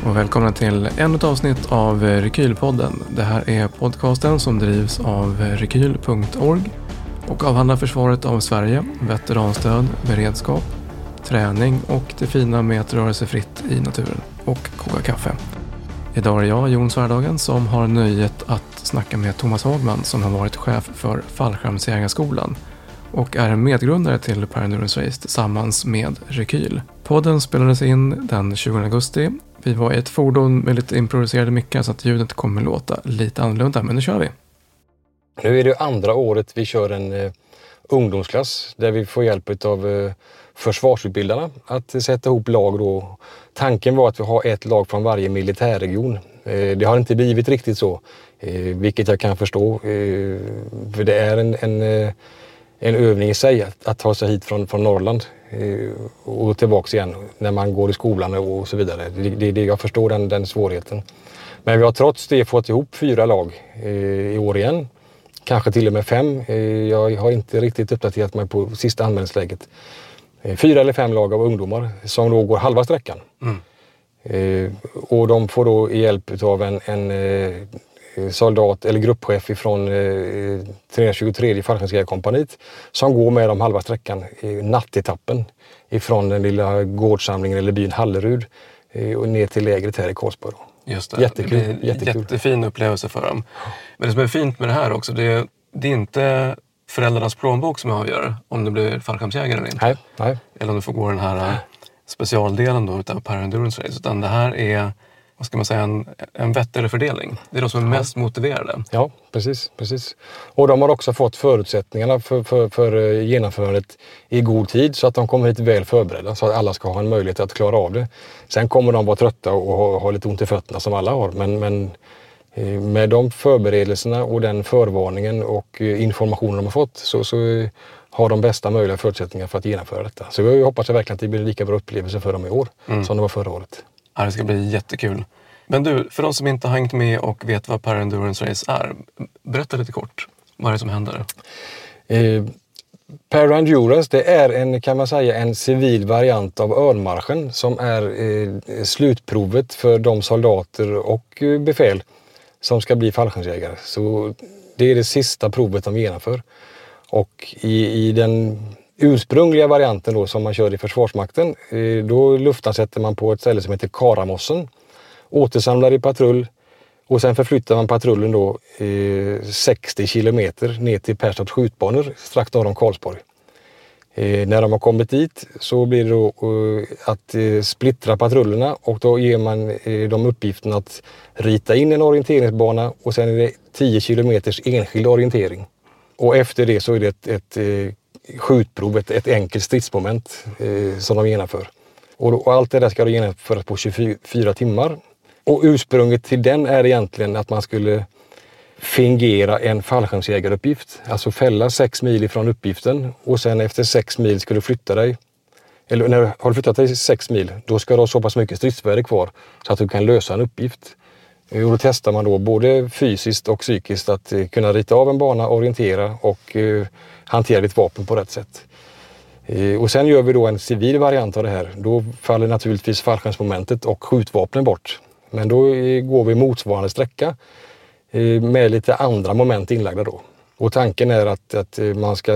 och välkomna till ännu ett avsnitt av Rekylpodden. Det här är podcasten som drivs av rekyl.org och avhandlar försvaret av Sverige, veteranstöd, beredskap, träning och det fina med att röra sig fritt i naturen och koka kaffe. Idag är jag, Jon Svärdagen, som har nöjet att snacka med Thomas Hagman som har varit chef för Fallskärmsjägarskolan och är medgrundare till Parendurance Race tillsammans med Rekyl. Podden spelades in den 20 augusti. Vi var i ett fordon med lite improviserade mickar så att ljudet kommer låta lite annorlunda, men nu kör vi. Nu är det andra året vi kör en ungdomsklass där vi får hjälp av försvarsutbildarna att sätta ihop lag då. Tanken var att vi har ett lag från varje militärregion. Det har inte blivit riktigt så, vilket jag kan förstå. För det är en övning i sig att ta sig hit från Norrland och tillbaka igen när man går i skolan och så vidare. Jag förstår den svårigheten. Men vi har trots det fått ihop 4 lag i år igen. Kanske till och med 5. Jag har inte riktigt uppdaterat mig på sista anmälningsläget. 4 eller 5 lag av ungdomar som då går halva sträckan. Och de får då hjälp av en soldat eller gruppchef från 323 Fallskärmsjägarkompaniet som går med dem halva sträckan i nattetappen ifrån den lilla gårdssamlingen eller byn Hallerud och ner till lägret här i Karlsborg. Just det. Jättekul. Jättefin upplevelse för dem. Men det som är fint med det här också, det är inte föräldrarnas plånbok som avgör om du blir fallskärmsjägare eller inte. Nej. Eller om du får gå den här specialdelen då utav Parendurance Race. Utan det här är, vad ska man säga, en vettig fördelning. Det är de som är mest motiverade. Ja, precis. Och de har också fått förutsättningarna för genomförandet i god tid så att de kommer hit väl förberedda så att alla ska ha en möjlighet att klara av det. Sen kommer de vara trötta och ha lite ont i fötterna som alla har. Men med de förberedelserna och den förvarningen och informationen de har fått så har de bästa möjliga förutsättningar för att genomföra detta. Så jag hoppas verkligen att det blir lika bra upplevelse för dem i år som det var förra året. Ja, det ska bli jättekul. Men du, för de som inte har hängt med och vet vad Parendurance Race är, berätta lite kort. Vad är det som händer? Parendurance, det är kan man säga, en civil variant av örnmarschen som är slutprovet för de soldater och befäl som ska bli fallskärmsjägare. Så det är det sista provet de genomför. Och i den ursprungliga varianten då, som man kör i Försvarsmakten, då luftansätter man på ett ställe som heter Karamossen, återsamlar i patrull och sen förflyttar man patrullen då 60 kilometer ner till Perstorps skjutbanor strax norr om Karlsborg. När de har kommit dit så blir det då att splittra patrullerna och då ger man dem uppgiften att rita in en orienteringsbana och sen är det 10 kilometers enskild orientering. Och efter det så är det ett skjutprov, ett enkelt stridsmoment som de genomför. Och allt det där ska då genomföras på 24 timmar. Och ursprunget till den är egentligen att man skulle fingera en fallskärmsjägaruppgift. Alltså fälla 6 mil ifrån uppgiften och sen efter 6 mil ska du flytta dig. Eller när har du flyttat dig 6 mil, då ska du ha så pass mycket stridsvärde kvar så att du kan lösa en uppgift. Och då testar man då både fysiskt och psykiskt att kunna rita av en bana, orientera och hantera ditt vapen på rätt sätt. Och sen gör vi då en civil variant av det här. Då faller naturligtvis fallskärmsmomentet och skjutvapnen bort. Men då går vi motsvarande sträcka med lite andra moment inlagda då. Och tanken är att man ska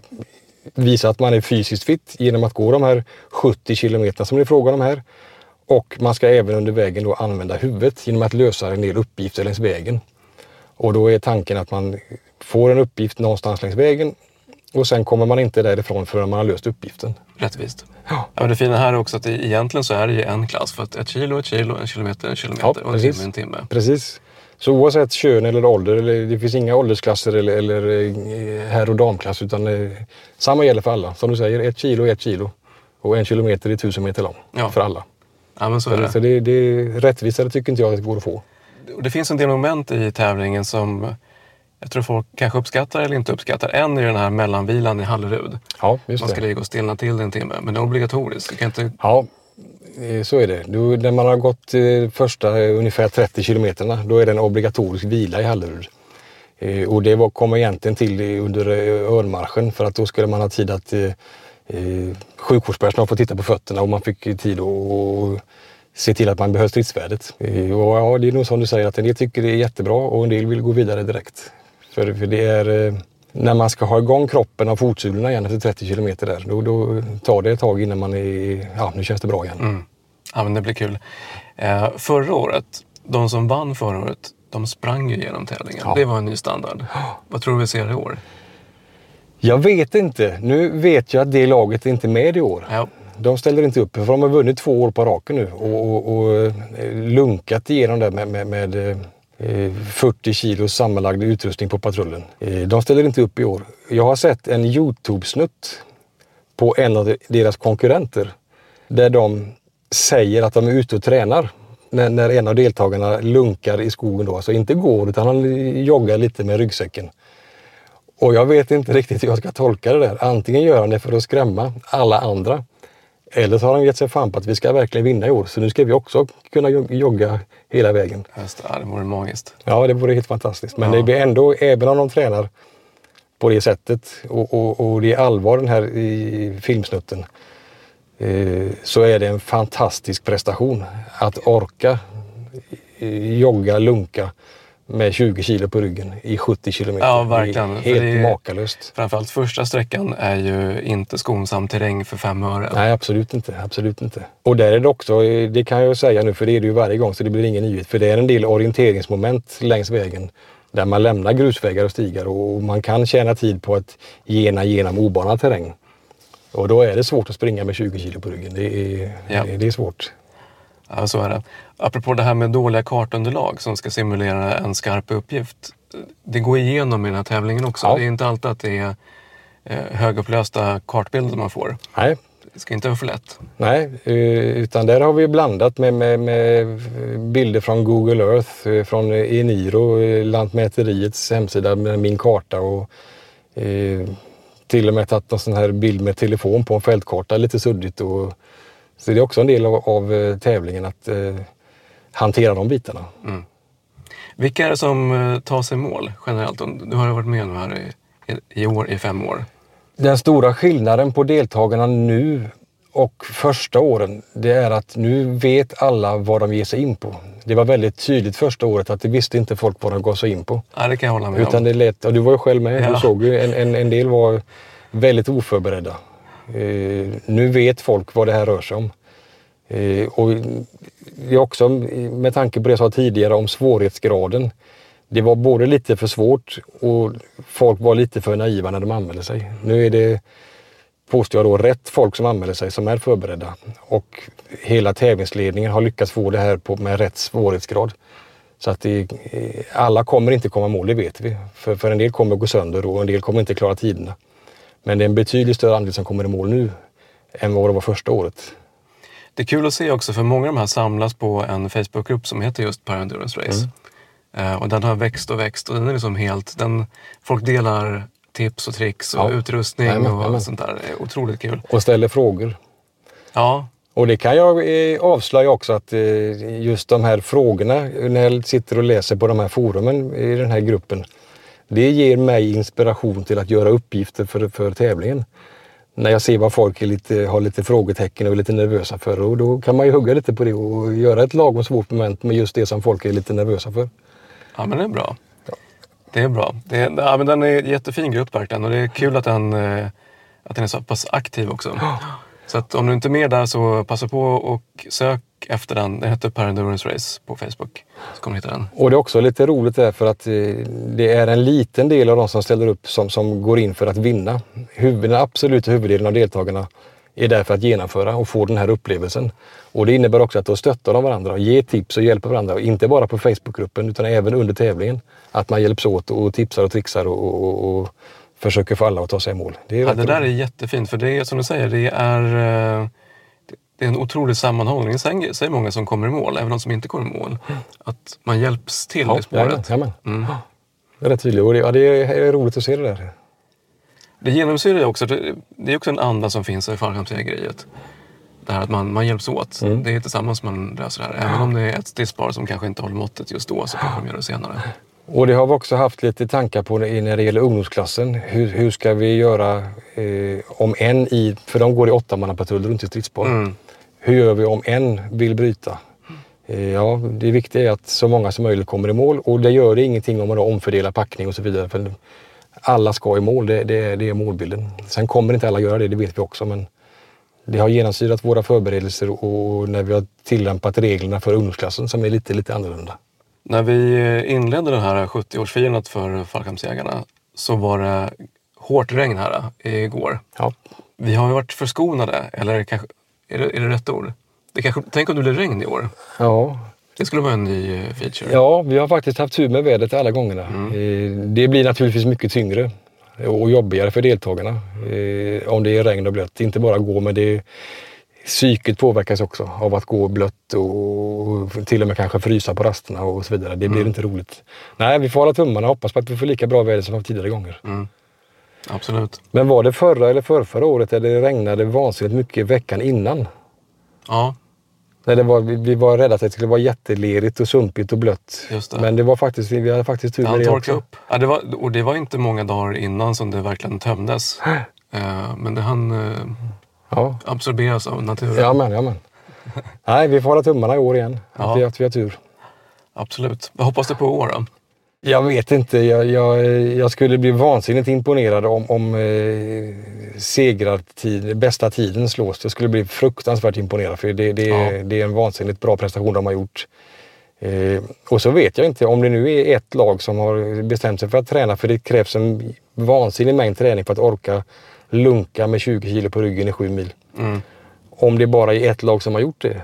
visa att man är fysiskt fit genom att gå de här 70 kilometerna som det är frågan om här. Och man ska även under vägen då använda huvudet genom att lösa en del uppgifter längs vägen. Och då är tanken att man får en uppgift någonstans längs vägen och sen kommer man inte därifrån förrän man har löst uppgiften. Rättvist. Ja, men det fina här är också att egentligen så är det ju en klass. För att 1 kilo, 1 kilo, 1 kilometer, 1 kilometer och en timme. Precis. Så oavsett kön eller ålder, eller det finns inga åldersklasser eller herr- och damklass utan samma gäller för alla. Som du säger, 1 kilo är 1 kilo och 1 kilometer är 1000 meter lång för alla. Ja, men så är det. Så det är rättvisare tycker inte jag att det går att få. Det finns en del moment i tävlingen som jag tror folk kanske uppskattar eller inte uppskattar. En är den här mellanvilan i Hallerud. Ja, just man ska ligga och stilla till en timme, men det är obligatoriskt. Du kan inte... Ja, så är det. När man har gått första ungefär 30 kilometerna, då är det en obligatorisk vila i Hallerud. Och det kom egentligen till under örnmarschen för att då skulle man ha tid att sjukvårdspersonal får titta på fötterna och man fick tid att se till att man behöver stridsvärdet. Och ja, det är nog som du säger att en del tycker det är jättebra och en del vill gå vidare direkt. För det är när man ska ha igång kroppen av fotsulorna igen efter 30 kilometer där, då tar det ett tag innan man är, ja nu känns det bra igen. Mm. Ja men det blir kul. Förra året, de som vann förra året, de sprang ju genom tävlingen. Ja. Det var en ny standard. Vad tror du vi ser i år? Jag vet inte. Nu vet jag att det laget är inte med i år. Ja. De ställer inte upp, för de har vunnit 2 år på raken nu och lunkat igenom det med 40 kilo sammanlagd utrustning på patrullen. De ställer inte upp i år. Jag har sett en YouTube-snutt på en av deras konkurrenter där de säger att de är ute och tränar när en av deltagarna lunkar i skogen då. Alltså inte går utan han joggar lite med ryggsäcken. Och jag vet inte riktigt hur jag ska tolka det där. Antingen gör han det för att skrämma alla andra. Eller så har han gett sig fan på att vi ska verkligen vinna i år. Så nu ska vi också kunna jogga hela vägen. Just det vore magiskt. Ja, det vore helt fantastiskt. Men det blir ändå, även om de tränar på det sättet och det är allvar den här i filmsnutten, så är det en fantastisk prestation att orka jogga, lunka med 20 kilo på ryggen i 70 kilometer. Ja, verkligen. Det är helt makalöst. Framförallt första sträckan är ju inte skonsam terräng för 5 öre. Nej, absolut inte. Absolut inte. Och där är det också, det kan jag säga nu för det är det ju varje gång så det blir ingen nyhet. För det är en del orienteringsmoment längs vägen där man lämnar grusvägar och stigar och man kan tjäna tid på att gena genom obanad terräng. Och då är det svårt att springa med 20 kilo på ryggen. Det är svårt. Ja, så är det. Apropå det här med dåliga kartunderlag som ska simulera en skarp uppgift. Det går igenom i den här tävlingen också. Ja. Det är inte alltid att det är högupplösta kartbilder man får. Nej. Det ska inte vara för lätt. Nej, utan där har vi blandat med bilder från Google Earth, från Eniro, Lantmäteriets hemsida med min karta och till och med tagit en sån här bild med telefon på en fältkarta, lite suddigt. Så det är också en del av tävlingen att hantera de bitarna. Mm. Vilka är det som tar sig mål generellt? Du har varit med nu här i år, i 5 år. Den stora skillnaden på deltagarna nu och första åren, det är att nu vet alla vad de ger sig in på. Det var väldigt tydligt första året att det visste inte folk vad de gav sig in på. Ja, det kan jag hålla med om. Utan det lät, och du var ju själv med, du såg ju en del var väldigt oförberedda. Nu vet folk vad det här rör sig om. Och det är också med tanke på det jag sa tidigare om svårighetsgraden. Det var både lite för svårt och folk var lite för naiva när de anmälde sig. Nu är det, påstår jag då, rätt folk som anmäler sig som är förberedda. Och hela tävlingsledningen har lyckats få det här med rätt svårighetsgrad. Så att alla kommer inte komma mål, det vet vi. För en del kommer gå sönder och en del kommer inte klara tiderna. Men det är en betydligt större andel som kommer i mål nu än vad det var första året. Det är kul att se också, för många av de här samlas på en Facebookgrupp som heter just Parendurance Race. Och den har växt och växt och den är liksom helt, folk delar tips och tricks och utrustning och sånt där. Det är otroligt kul. Och ställer frågor. Ja. Och det kan jag avslöja också att just de här frågorna, när jag sitter och läser på de här forumen i den här gruppen, det ger mig inspiration till att göra uppgifter för tävlingen. När jag ser vad folk har lite frågetecken och är lite nervösa för, och då kan man ju hugga lite på det och göra ett lagom svårt moment med just det som folk är lite nervösa för. Ja, men det är bra. Ja. Det är bra. Men den är en jättefin grupp verkligen och det är kul att den är så pass aktiv också. Ja. Så att om du inte är med där så passa på och sök efter den. Den heter Parendurance Race på Facebook. Så kommer du hitta den. Och det är också lite roligt därför att det är en liten del av de som ställer upp som går in för att vinna. Den absoluta huvuddelen av deltagarna är där för att genomföra och få den här upplevelsen. Och det innebär också att då stöttar de varandra och ger tips och hjälper varandra. Inte bara på Facebookgruppen utan även under tävlingen. Att man hjälps åt och tipsar och trixar och försöker få alla att ta sig i mål. Det där är jättefint för det är som du säger, det är en otrolig sammanhållning. Sen säger många som kommer i mål, även de som inte kommer i mål, att man hjälps till i spåret. Ja. Det är rätt tydligt och det är roligt att se det där. Det genomsyrar också, det är också en anda som finns i fallskärmsjägeriet. Det här att man hjälps åt. Det är tillsammans man löser det här. Även om det är ett stridspar som kanske inte håller måttet just då så kanske de gör det senare. Och det har vi också haft lite tankar på när det gäller ungdomsklassen. Hur ska vi göra om för de går i 8-mannapatruller runt i stridspar. Hur gör vi om en vill bryta? Ja, det viktiga är att så många som möjligt kommer i mål, och det gör det ingenting om man omfördelar packning och så vidare. För alla ska i mål, det är målbilden. Sen kommer inte alla göra det vet vi också, men det har genomsyrat våra förberedelser och när vi har tillämpat reglerna för ungdomsklassen som är lite annorlunda. När vi inledde det här 70-årsfirandet för fallskärmsjägarna så var det hårt regn här igår. Ja. Vi har ju varit förskonade, eller kanske, är det rätt ord? Tänk om det blir regn i år. Ja. Det skulle vara en ny feature. Ja, vi har faktiskt haft tur med vädret alla gångerna. Det blir naturligtvis mycket tyngre och jobbigare för deltagarna om det är regn och blött. Inte bara gå, men psyket påverkas också av att gå blött och till och med kanske frysa på rasterna och så vidare. Det blir inte roligt. Nej, vi får hålla tummarna och hoppas på att vi får lika bra väder som tidigare gånger. Absolut. Men var det förra eller förra året där det regnade vansinnigt mycket veckan innan? Ja. När vi var rädda att det skulle vara jättelerigt och sumpigt och blött. Just det. Men det var faktiskt, vi hade faktiskt tur med det också. Upp. Ja, det var inte många dagar innan som det verkligen tömdes. Men det hann absorberas av naturen. Jamen. Nej, vi får hålla tummarna i år igen. Att vi har tur. Absolut. Vad hoppas du på i år då? Jag vet inte. Jag skulle bli vansinnigt imponerad om bästa tiden slås. Jag skulle bli fruktansvärt imponerad, för det är en vansinnigt bra prestation de har gjort. Och så vet jag inte om det nu är ett lag som har bestämt sig för att träna, för det krävs en vansinnig mängd träning för att orka lunka med 20 kilo på ryggen i 7 mil. Om det bara är ett lag som har gjort det.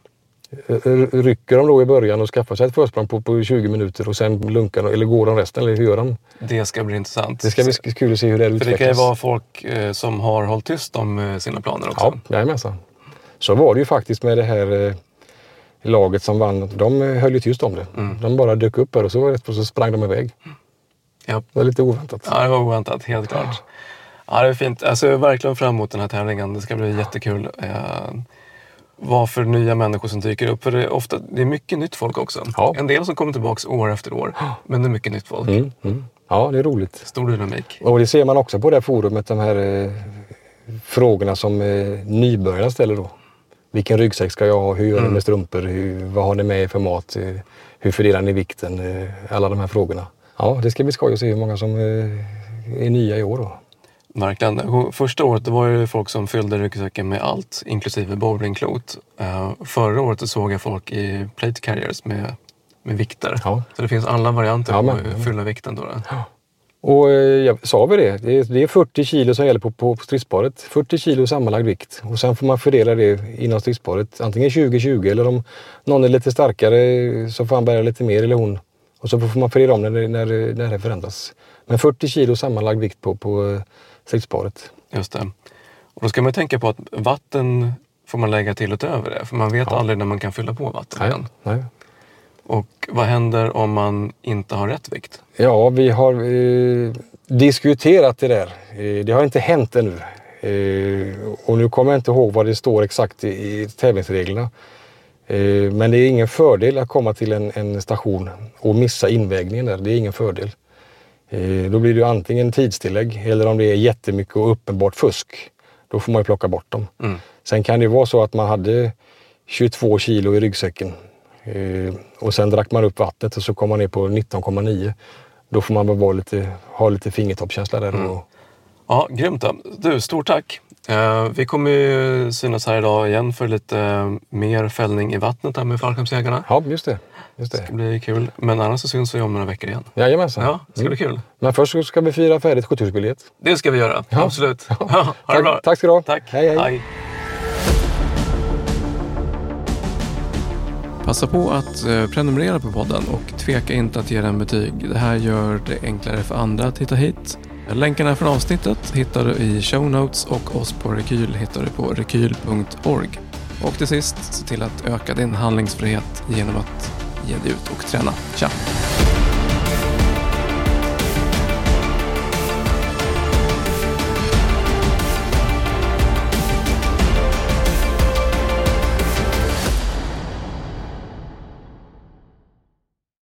Rycker de då i början och skaffar sig ett försprång på 20 minuter och sen lunkar eller går de resten, eller hur gör de? Det ska bli intressant. Det ska bli kul att se hur det utvecklas. För det kan ju vara folk som har hållit tyst om sina planer också. Ja, jajamensan. Så var det ju faktiskt med det här laget som vann. De höll ju tyst om det. De bara dök upp här och så sprang de iväg. Ja. Det var lite oväntat. Ja, det var oväntat, helt klart. Ja, det är fint. Alltså, jag är verkligen fram emot den här tävlingen. Det ska bli jättekul. Vad för nya människor som dyker upp. För det är mycket nytt folk också. Ja. En del som kommer tillbaka år efter år. Men det är mycket nytt folk. Ja, det är roligt. Stor dynamik. Och det ser man också på det här forumet. De här frågorna som nybörjarna ställer då. Vilken ryggsäck ska jag ha? Hur gör ni med strumpor? Vad har ni med för mat? Hur fördelar ni vikten? Alla de här frågorna. Ja, det ska bli skoj att se hur många som är nya i år då. Verkligen. Första året det var ju folk som fyllde ryggsäcken med allt, inklusive bowlingklot. Förra året såg jag folk i plate carriers med vikter. Ja. Så det finns alla varianter på att fylla vikten då. Ja. Och sa vi det? Det är 40 kilo som gäller på stridsparet. 40 kilo sammanlagd vikt. Och sen får man fördela det inom stridsparet. Antingen 20-20 eller om någon är lite starkare så får han bära lite mer eller hon. Och så får man fördela om när det förändras. Men 40 kilo sammanlagd vikt på stridsparet. Just det. Och då ska man tänka på att vatten får man lägga till utöver det. För man vet aldrig när man kan fylla på vatten igen. Nej. Och vad händer om man inte har rätt vikt? Ja, vi har diskuterat det där. Det har inte hänt ännu. Och nu kommer jag inte ihåg vad det står exakt i tävlingsreglerna. Men det är ingen fördel att komma till en station och missa invägningen där. Det är ingen fördel. Då blir det ju antingen tidstillägg eller om det är jättemycket och uppenbart fusk. Då får man ju plocka bort dem. Sen kan det vara så att man hade 22 kilo i ryggsäcken. Och sen drack man upp vattnet och så kom man ner på 19,9. Då får man bara ha lite fingertoppkänsla där. Ja, grymt då. Du, stort tack. Vi kommer ju synas här idag igen för lite mer fällning i vattnet här med fallskärmsjägarna. Ja, just det. Det ska bli kul. Men annars så syns vi om några veckor igen. Jajamensan. Ja, det ska bli kul. Men först så ska vi fira färdigt kulturbiljett. Det ska vi göra, absolut. Ja, ha det bra. Tack ska du ha. Tack. Hej. Passa på att prenumerera på podden och tveka inte att ge den betyg. Det här gör det enklare för andra att hitta hit. Länkarna från avsnittet hittar du i show notes och oss på Rekyl hittar du på rekyl.org. Och till sist, se till att öka din handlingsfrihet genom att ge dig ut och träna. Tja!